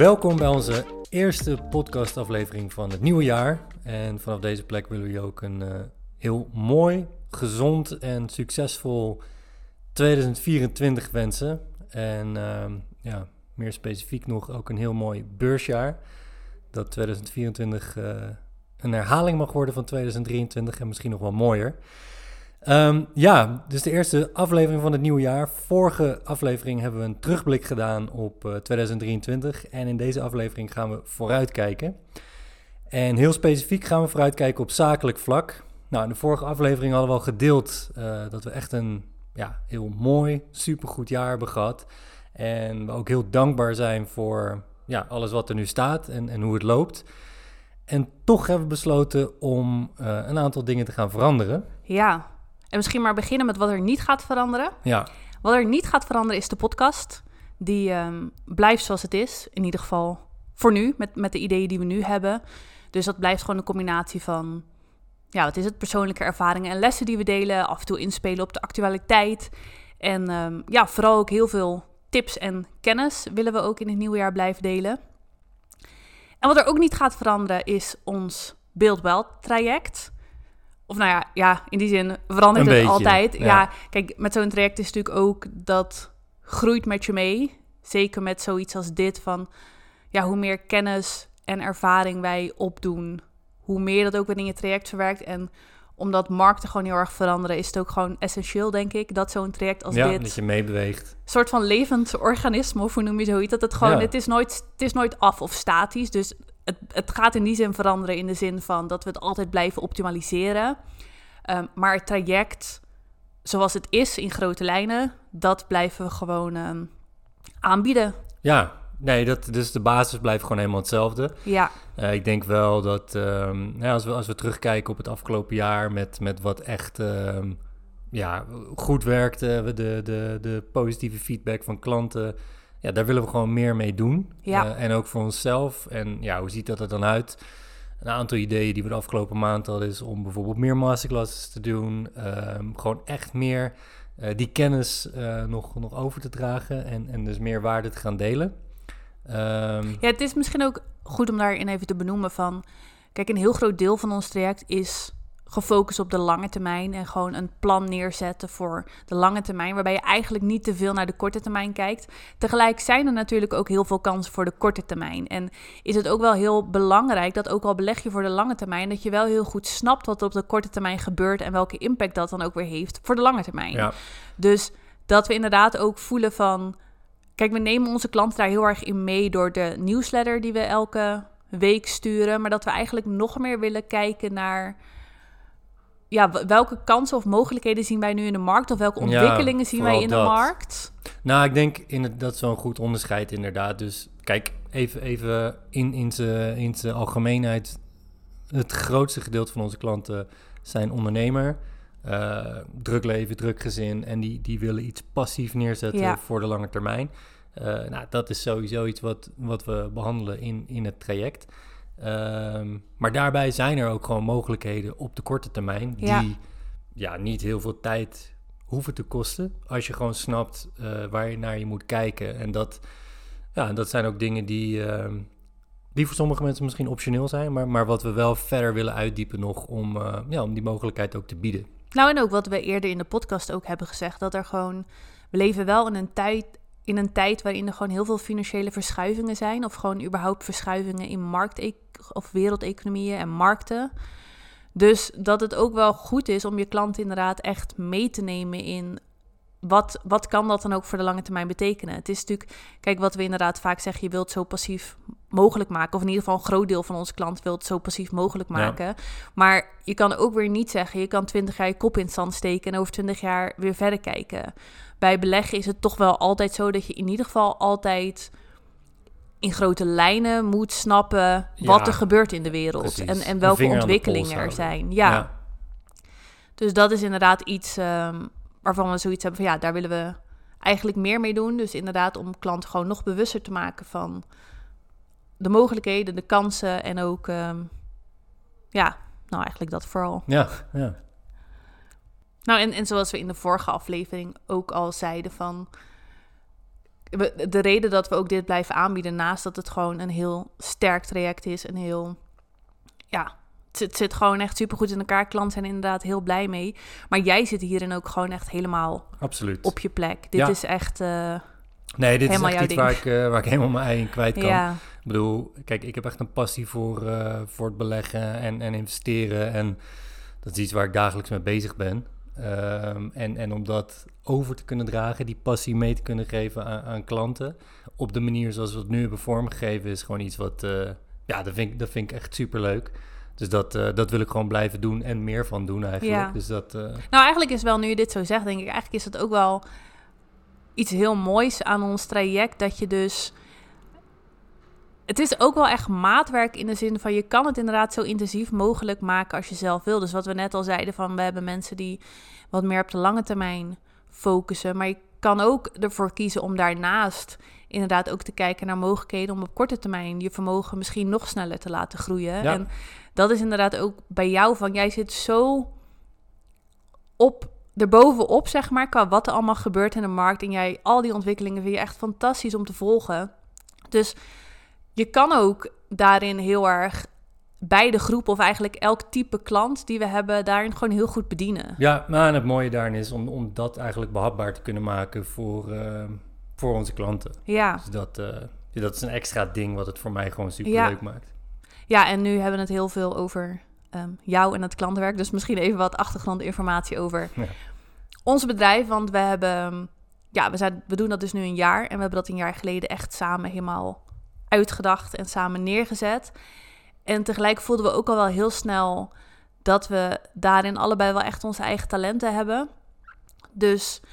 Welkom bij onze eerste podcastaflevering van het nieuwe jaar. En vanaf deze plek willen we je ook een heel mooi, gezond en succesvol 2024 wensen. En meer specifiek nog ook een heel mooi beursjaar. Dat 2024 een herhaling mag worden van 2023 en misschien nog wel mooier. Dus de eerste aflevering van het nieuwe jaar. Vorige aflevering hebben we een terugblik gedaan op 2023. En in deze aflevering gaan we vooruitkijken. En heel specifiek gaan we vooruitkijken op zakelijk vlak. Nou, in de vorige aflevering hadden we al gedeeld dat we echt een heel mooi, supergoed jaar hebben gehad. En we ook heel dankbaar zijn voor alles wat er nu staat en hoe het loopt. En toch hebben we besloten om een aantal dingen te gaan veranderen. Ja, en misschien maar beginnen met wat er niet gaat veranderen. Ja. Wat er niet gaat veranderen is de podcast. Die blijft zoals het is. In ieder geval voor nu, met de ideeën die we nu hebben. Dus dat blijft gewoon een combinatie van, wat is het, persoonlijke ervaringen en lessen die we delen. Af en toe inspelen op de actualiteit. En vooral ook heel veel tips en kennis willen we ook in het nieuwe jaar blijven delen. En wat er ook niet gaat veranderen is ons Build Wealth traject. Of in die zin verandert het altijd. Ja, kijk, met zo'n traject is natuurlijk ook dat groeit met je mee. Zeker met zoiets als dit van, hoe meer kennis en ervaring wij opdoen, hoe meer dat ook weer in je traject verwerkt. En omdat markten gewoon heel erg veranderen, is het ook gewoon essentieel, denk ik, dat zo'n traject als dit, dat je meebeweegt. Een soort van levend organisme, of hoe noem je zoiets, dat het gewoon, het is nooit af of statisch. Dus het gaat in die zin veranderen in de zin van dat we het altijd blijven optimaliseren. Maar het traject, zoals het is in grote lijnen, dat blijven we gewoon aanbieden. Ja, dus de basis blijft gewoon helemaal hetzelfde. Ja. Ik denk wel dat als we terugkijken op het afgelopen jaar met wat echt goed werkte, de positieve feedback van klanten, daar willen we gewoon meer mee doen. Ja. En ook voor onszelf. En hoe ziet dat er dan uit? Een aantal ideeën die we de afgelopen maand hadden is om bijvoorbeeld meer masterclasses te doen. Gewoon echt meer die kennis nog over te dragen en dus meer waarde te gaan delen. Het is misschien ook goed om daarin even te benoemen van, kijk, een heel groot deel van ons traject is gefocust op de lange termijn en gewoon een plan neerzetten voor de lange termijn, waarbij je eigenlijk niet te veel naar de korte termijn kijkt. Tegelijk zijn er natuurlijk ook heel veel kansen voor de korte termijn. En is het ook wel heel belangrijk dat ook al beleg je voor de lange termijn, dat je wel heel goed snapt wat er op de korte termijn gebeurt en welke impact dat dan ook weer heeft voor de lange termijn. Ja. Dus dat we inderdaad ook voelen van, kijk, we nemen onze klanten daar heel erg in mee door de nieuwsletter die we elke week sturen, maar dat we eigenlijk nog meer willen kijken naar welke kansen of mogelijkheden zien wij nu in de markt? Of welke ontwikkelingen zien wij in de markt? Nou, ik denk dat is wel een goed onderscheid inderdaad. Dus kijk, even in zijn algemeenheid. Het grootste gedeelte van onze klanten zijn ondernemer. Druk leven, druk gezin. En die willen iets passief neerzetten voor de lange termijn. Dat is sowieso iets wat we behandelen in het traject. Maar daarbij zijn er ook gewoon mogelijkheden op de korte termijn die niet heel veel tijd hoeven te kosten als je gewoon snapt waar je naar je moet kijken. En dat zijn ook dingen die voor sommige mensen misschien optioneel zijn, maar wat we wel verder willen uitdiepen nog om die mogelijkheid ook te bieden. Nou, en ook wat we eerder in de podcast ook hebben gezegd, dat er gewoon, we leven wel in een tijd waarin er gewoon heel veel financiële verschuivingen zijn, of gewoon überhaupt verschuivingen in of wereldeconomieën en markten. Dus dat het ook wel goed is om je klant inderdaad echt mee te nemen in wat kan dat dan ook voor de lange termijn betekenen. Het is natuurlijk, kijk, wat we inderdaad vaak zeggen, je wilt het zo passief mogelijk maken, of in ieder geval een groot deel van onze klanten wil het zo passief mogelijk maken. Ja. Maar je kan ook weer niet zeggen, je kan 20 jaar je kop in het zand steken en over 20 jaar weer verder kijken. Bij beleggen is het toch wel altijd zo dat je in ieder geval altijd in grote lijnen moet snappen wat er gebeurt in de wereld en welke ontwikkelingen er zijn. Ja. Dus dat is inderdaad iets waarvan we zoiets hebben van daar willen we eigenlijk meer mee doen. Dus inderdaad om klanten gewoon nog bewuster te maken van de mogelijkheden, de kansen en ook eigenlijk dat vooral. Ja. Nou, en zoals we in de vorige aflevering ook al zeiden van, de reden dat we ook dit blijven aanbieden, naast dat het gewoon een heel sterk traject is, een heel, ja, het zit gewoon echt supergoed in elkaar. Klanten zijn inderdaad heel blij mee. Maar jij zit hierin ook gewoon echt helemaal Absoluut. op je plek. Dit is echt nee, dit is helemaal echt iets waar ik helemaal mijn ei in kwijt kan. Ja. Ik bedoel, kijk, ik heb echt een passie voor het beleggen en investeren. En dat is iets waar ik dagelijks mee bezig ben. En om dat over te kunnen dragen, die passie mee te kunnen geven aan klanten, op de manier zoals we het nu hebben vormgegeven, is gewoon iets wat, dat vind ik echt superleuk. Dus dat wil ik gewoon blijven doen en meer van doen eigenlijk. Ja. Dus dat, Nou, eigenlijk is wel, nu je dit zo zegt, denk ik, eigenlijk is het ook wel iets heel moois aan ons traject, dat je dus... Het is ook wel echt maatwerk in de zin van, je kan het inderdaad zo intensief mogelijk maken als je zelf wil. Dus wat we net al zeiden, van we hebben mensen die wat meer op de lange termijn focussen. Maar je kan ook ervoor kiezen om daarnaast inderdaad ook te kijken naar mogelijkheden om op korte termijn je vermogen misschien nog sneller te laten groeien. Ja. En dat is inderdaad ook bij jou van, jij zit zo erbovenop, zeg maar, qua wat er allemaal gebeurt in de markt. En al die ontwikkelingen vind je echt fantastisch om te volgen. Dus je kan ook daarin heel erg beide groepen, of eigenlijk elk type klant die we hebben, daarin gewoon heel goed bedienen. Ja, nou, en het mooie daarin is om dat eigenlijk behapbaar te kunnen maken voor onze klanten. Ja. Dus dat is een extra ding wat het voor mij gewoon super leuk maakt. Ja, en nu hebben we het heel veel over jou en het klantenwerk. Dus misschien even wat achtergrondinformatie over ons bedrijf. Want we hebben, we doen dat dus nu een jaar. En we hebben dat een jaar geleden echt samen helemaal uitgedacht en samen neergezet. En tegelijk voelden we ook al wel heel snel dat we daarin allebei wel echt onze eigen talenten hebben. Dus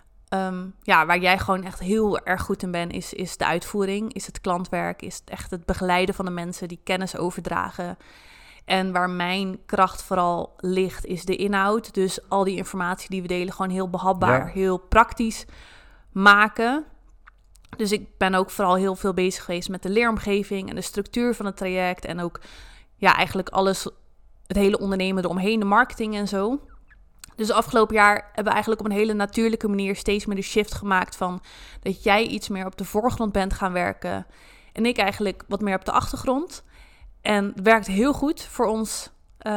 waar jij gewoon echt heel erg goed in bent, is de uitvoering, is het klantwerk, is echt het begeleiden van de mensen die kennis overdragen. En waar mijn kracht vooral ligt, is de inhoud. Dus al die informatie die we delen, gewoon heel behapbaar, heel praktisch maken. Dus ik ben ook vooral heel veel bezig geweest met de leeromgeving en de structuur van het traject. En ook eigenlijk alles, het hele ondernemen eromheen, de marketing en zo. Dus afgelopen jaar hebben we eigenlijk op een hele natuurlijke manier steeds meer de shift gemaakt van dat jij iets meer op de voorgrond bent gaan werken. En ik eigenlijk wat meer op de achtergrond. En het werkt heel goed voor ons,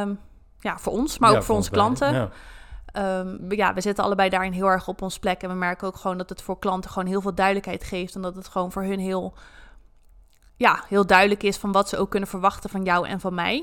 voor ons, maar ook voor onze klanten. Ja. We zitten allebei daarin heel erg op ons plek. En we merken ook gewoon dat het voor klanten gewoon heel veel duidelijkheid geeft. En dat het gewoon voor hun heel duidelijk is van wat ze ook kunnen verwachten van jou en van mij.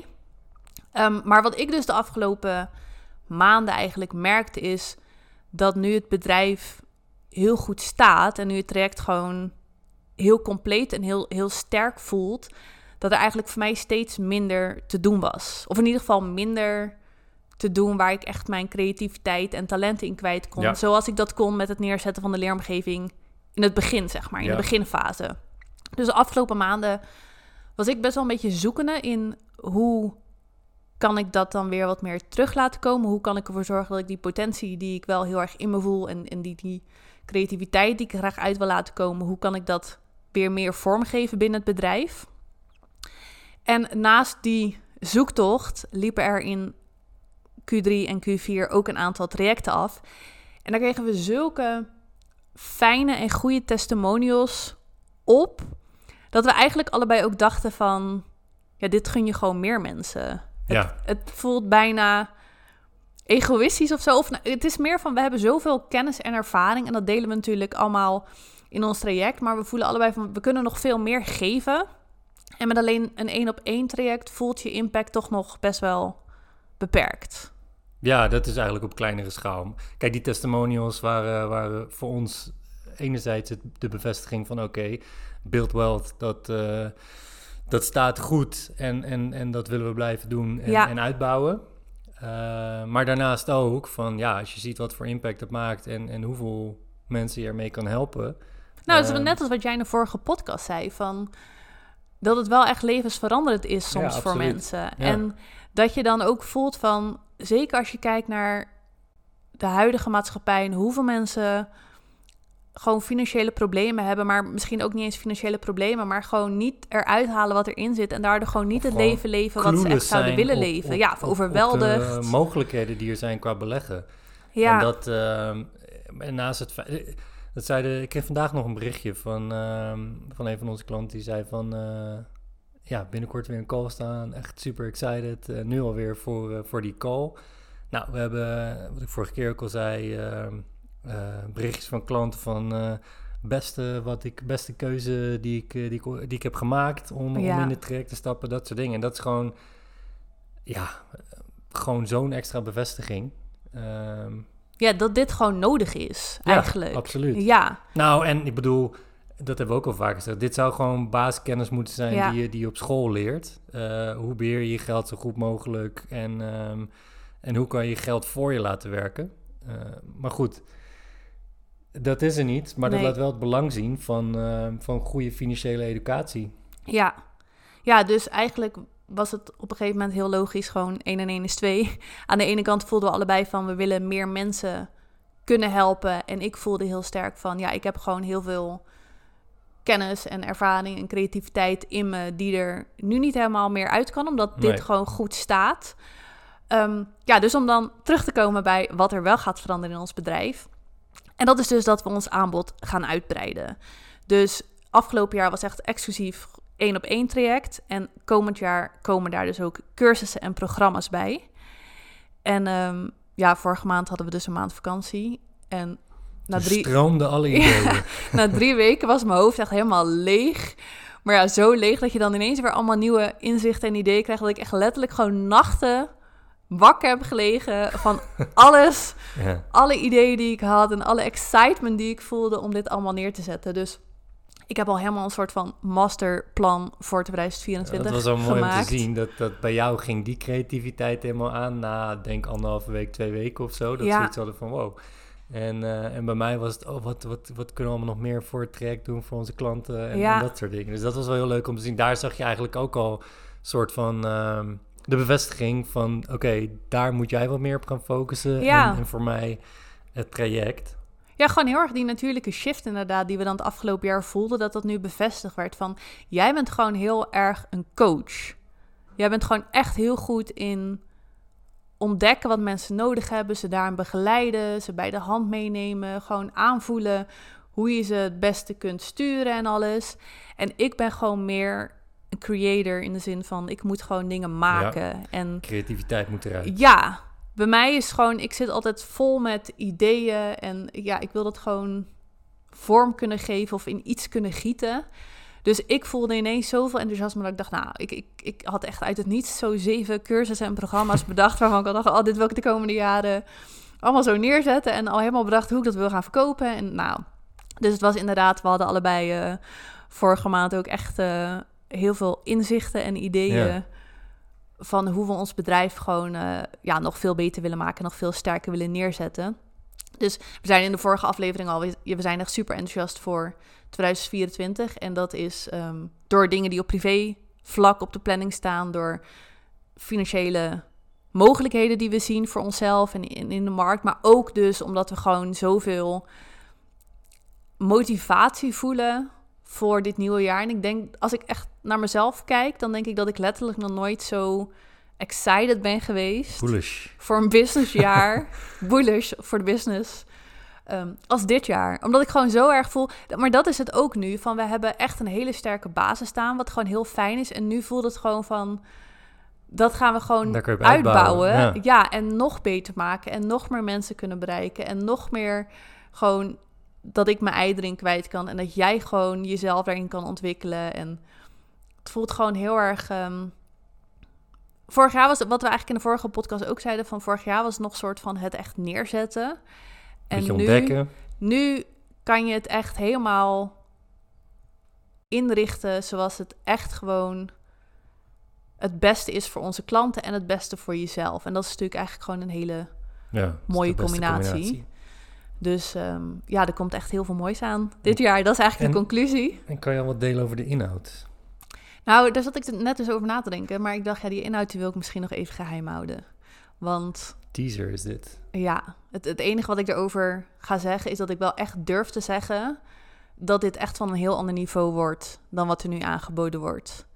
Maar wat ik dus de afgelopen maanden eigenlijk merkte, is dat nu het bedrijf heel goed staat en nu het traject gewoon heel compleet en heel, heel sterk voelt, dat er eigenlijk voor mij steeds minder te doen was. Of in ieder geval minder te doen waar ik echt mijn creativiteit en talenten in kwijt kon. Ja. Zoals ik dat kon met het neerzetten van de leeromgeving in het begin, zeg maar, in de beginfase. Dus de afgelopen maanden was ik best wel een beetje zoekende in hoe kan ik dat dan weer wat meer terug laten komen? Hoe kan ik ervoor zorgen dat ik die potentie die ik wel heel erg in me voel en die creativiteit die ik graag uit wil laten komen, hoe kan ik dat weer meer vormgeven binnen het bedrijf? En naast die zoektocht liepen er in Q3 en Q4 ook een aantal trajecten af. En daar kregen we zulke fijne en goede testimonials op, dat we eigenlijk allebei ook dachten van, dit gun je gewoon meer mensen. Het voelt bijna egoïstisch of zo. Of, het is meer van, we hebben zoveel kennis en ervaring en dat delen we natuurlijk allemaal in ons traject. Maar we voelen allebei van, we kunnen nog veel meer geven. En met alleen een 1-op-1 traject voelt je impact toch nog best wel beperkt. Ja, dat is eigenlijk op kleinere schaal. Kijk, die testimonials waren voor ons enerzijds de bevestiging van Build Wealth, dat staat goed en dat willen we blijven doen en uitbouwen. Maar daarnaast ook van, als je ziet wat voor impact het maakt en hoeveel mensen je ermee kan helpen. Nou, dat is net als wat jij in de vorige podcast zei, van dat het wel echt levensveranderend is soms voor mensen. Ja. En dat je dan ook voelt van, zeker als je kijkt naar de huidige maatschappij en hoeveel mensen gewoon financiële problemen hebben, maar misschien ook niet eens financiële problemen, maar gewoon niet eruit halen wat erin zit en daardoor gewoon niet het leven leven wat ze echt zouden willen leven. Of overweldigd. Op de mogelijkheden die er zijn qua beleggen. Ja. En naast het feit, Ik kreeg vandaag nog een berichtje van een van onze klanten. Die zei van, binnenkort weer een call staan. Echt super excited. Nu alweer voor die call. Nou, we hebben, wat ik vorige keer ook al zei, berichtjes van klanten van... beste keuze die ik heb gemaakt om in het traject te stappen, dat soort dingen. En dat is gewoon zo'n extra bevestiging. Dat dit gewoon nodig is, eigenlijk. Ja, absoluut. Ja. Nou, en ik bedoel, dat hebben we ook al vaker gezegd. Dit zou gewoon basiskennis moeten zijn die je op school leert. Hoe beheer je je geld zo goed mogelijk en hoe kan je je geld voor je laten werken. Maar goed, dat is er niet. Maar dat laat wel het belang zien van goede financiële educatie. Ja, dus eigenlijk was het op een gegeven moment heel logisch, gewoon 1 en 1 is 2. Aan de ene kant voelden we allebei van, we willen meer mensen kunnen helpen. En ik voelde heel sterk van, ik heb gewoon heel veel kennis en ervaring en creativiteit in me die er nu niet helemaal meer uit kan, omdat dit gewoon goed staat. Dus om dan terug te komen bij wat er wel gaat veranderen in ons bedrijf. En dat is dus dat we ons aanbod gaan uitbreiden. Dus afgelopen jaar was echt exclusief 1-op-1 traject. En komend jaar komen daar dus ook cursussen en programma's bij. En vorige maand hadden we dus een maand vakantie. En stroomden alle ideeën. Na 3 weken was mijn hoofd echt helemaal leeg. Maar zo leeg dat je dan ineens weer allemaal nieuwe inzichten en ideeën krijgt. Dat ik echt letterlijk gewoon nachten wakker heb gelegen van alles. Alle ideeën die ik had en alle excitement die ik voelde om dit allemaal neer te zetten. Dus ik heb al helemaal een soort van masterplan voor 2024 gemaakt. Het was al mooi om te zien dat bij jou ging die creativiteit helemaal aan na, denk 1,5 week, 2 weken of zo. Dat ze iets hadden van wow. En bij mij was het, wat kunnen we allemaal nog meer voor het traject doen voor onze klanten en dat soort dingen. Dus dat was wel heel leuk om te zien. Daar zag je eigenlijk ook al een soort van de bevestiging van oké, daar moet jij wat meer op gaan focussen. En voor mij het traject. Ja, gewoon heel erg die natuurlijke shift inderdaad die we dan het afgelopen jaar voelden, dat nu bevestigd werd van, jij bent gewoon heel erg een coach. Jij bent gewoon echt heel goed in ontdekken wat mensen nodig hebben, ze daarin begeleiden, ze bij de hand meenemen, gewoon aanvoelen hoe je ze het beste kunt sturen en alles. En ik ben gewoon meer een creator in de zin van, ik moet gewoon dingen maken. En creativiteit moet eruit. Ja, bij mij is gewoon, ik zit altijd vol met ideeën en ik wil dat gewoon vorm kunnen geven of in iets kunnen gieten. Dus ik voelde ineens zoveel enthousiasme dat ik dacht, ik had echt uit het niets zo 7 cursussen en programma's bedacht waarvan ik al dacht, dit wil ik de komende jaren allemaal zo neerzetten en al helemaal bedacht hoe ik dat wil gaan verkopen. En dus het was inderdaad, we hadden allebei vorige maand ook echt heel veel inzichten en ideeën van hoe we ons bedrijf gewoon nog veel beter willen maken, nog veel sterker willen neerzetten. Dus we zijn in de vorige aflevering al, we zijn echt super enthousiast voor 2024. En dat is door dingen die op privé vlak op de planning staan, door financiële mogelijkheden die we zien voor onszelf en in de markt. Maar ook dus omdat we gewoon zoveel motivatie voelen voor dit nieuwe jaar. En ik denk, als ik echt naar mezelf kijk, dan denk ik dat ik letterlijk nog nooit zo excited ben geweest. Bullish. Voor een businessjaar. Bullish voor de business. Als dit jaar. Omdat ik gewoon zo erg voel. Maar dat is het ook nu. Van we hebben echt een hele sterke basis staan. Wat gewoon heel fijn is. En nu voelt het gewoon van, dat gaan we gewoon uitbouwen. Ja, en nog beter maken. En nog meer mensen kunnen bereiken. En nog meer gewoon dat ik mijn ei erin kwijt kan. En dat jij gewoon jezelf daarin kan ontwikkelen. En het voelt gewoon heel erg. Vorig jaar was het, wat we eigenlijk in de vorige podcast ook zeiden, van vorig jaar was het nog een soort van het echt neerzetten. En nu kan je het echt helemaal inrichten zoals het echt gewoon het beste is voor onze klanten en het beste voor jezelf. En dat is natuurlijk eigenlijk gewoon een hele mooie combinatie. Dus er komt echt heel veel moois aan dit jaar. Dat is eigenlijk de conclusie. En kan je al wat delen over de inhoud? Nou, daar zat ik net dus over na te denken. Maar ik dacht, die inhoud die wil ik misschien nog even geheim houden. Want teaser is dit. Ja, het enige wat ik erover ga zeggen is dat ik wel echt durf te zeggen dat dit echt van een heel ander niveau wordt dan wat er nu aangeboden wordt.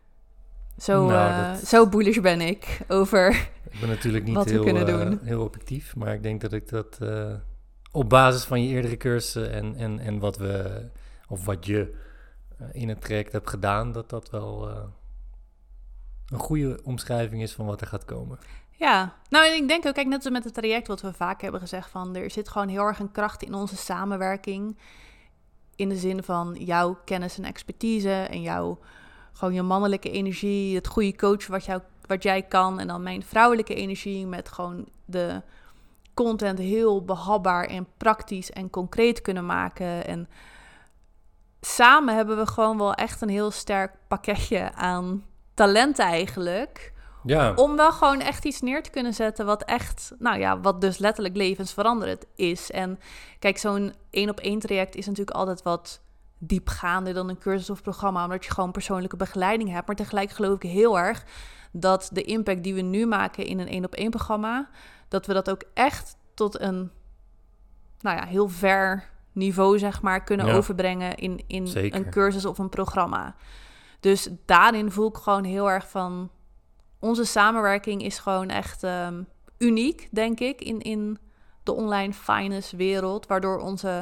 Zo bullish ben ik over ik ben natuurlijk niet wat we kunnen doen. Heel objectief, maar ik denk dat ik dat op basis van je eerdere cursussen en wat je in het traject hebt gedaan, dat wel een goede omschrijving is van wat er gaat komen. Ja, nou en ik denk ook, kijk, net als met het traject wat we vaak hebben gezegd van, er zit gewoon heel erg een kracht in onze samenwerking. In de zin van jouw kennis en expertise en gewoon je mannelijke energie, het goede coachen wat jij kan. En dan mijn vrouwelijke energie met gewoon de content heel behapbaar en praktisch en concreet kunnen maken. En samen hebben we gewoon wel echt een heel sterk pakketje aan talenten eigenlijk. Ja. Om wel gewoon echt iets neer te kunnen zetten wat echt, wat dus letterlijk levensveranderend is. En kijk, zo'n 1-op-1 traject is natuurlijk altijd wat diepgaander dan een cursus of programma, omdat je gewoon persoonlijke begeleiding hebt. Maar tegelijk geloof ik heel erg dat de impact die we nu maken in een 1-op-1 programma, dat we dat ook echt tot een heel ver niveau, zeg maar, kunnen overbrengen in een cursus of een programma. Dus daarin voel ik gewoon heel erg van, onze samenwerking is gewoon echt uniek, denk ik, in de online finance wereld, waardoor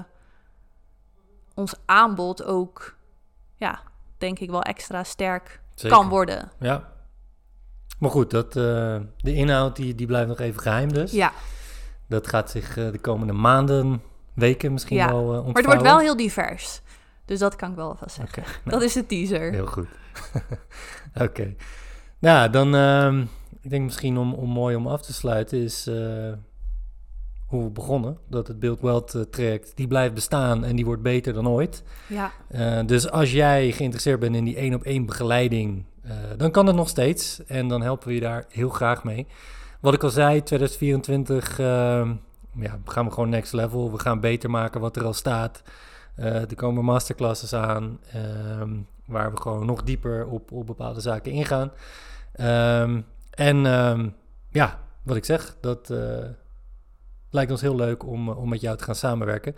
ons aanbod ook, denk ik wel extra sterk kan worden. Ja. Maar goed, de inhoud die blijft nog even geheim dus. Ja. Dat gaat zich de komende maanden, weken misschien wel ontvouwen. Maar het wordt wel heel divers. Dus dat kan ik wel alvast zeggen. Okay, dat is de teaser. Heel goed. Oké. Nou, dan ik denk misschien om mooi om af te sluiten is hoe we begonnen. Dat het Build Wealth traject, die blijft bestaan en die wordt beter dan ooit. Ja. Dus als jij geïnteresseerd bent in die 1-op-1 begeleiding, dan kan het nog steeds. En dan helpen we je daar heel graag mee. Wat ik al zei, 2024 gaan we gewoon next level. We gaan beter maken wat er al staat. Er komen masterclasses aan, waar we gewoon nog dieper op bepaalde zaken ingaan. Wat ik zeg, dat lijkt ons heel leuk om met jou te gaan samenwerken.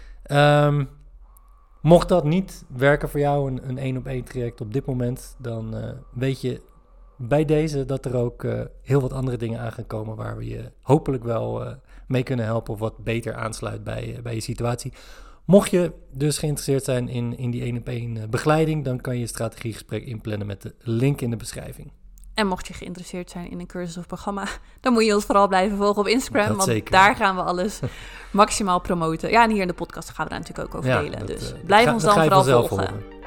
Mocht dat niet werken voor jou, een 1-op-1 traject op dit moment, dan weet je bij deze dat er ook heel wat andere dingen aan gaan komen waar we je hopelijk wel mee kunnen helpen of wat beter aansluit bij je situatie. Mocht je dus geïnteresseerd zijn in die 1-op-1 begeleiding, dan kan je een strategiegesprek inplannen met de link in de beschrijving. En mocht je geïnteresseerd zijn in een cursus of programma, dan moet je ons vooral blijven volgen op Instagram. Dat want zeker. Daar gaan we alles maximaal promoten. Ja, en hier in de podcast gaan we daar natuurlijk ook over delen. Dus blijf ons dan vooral volgen.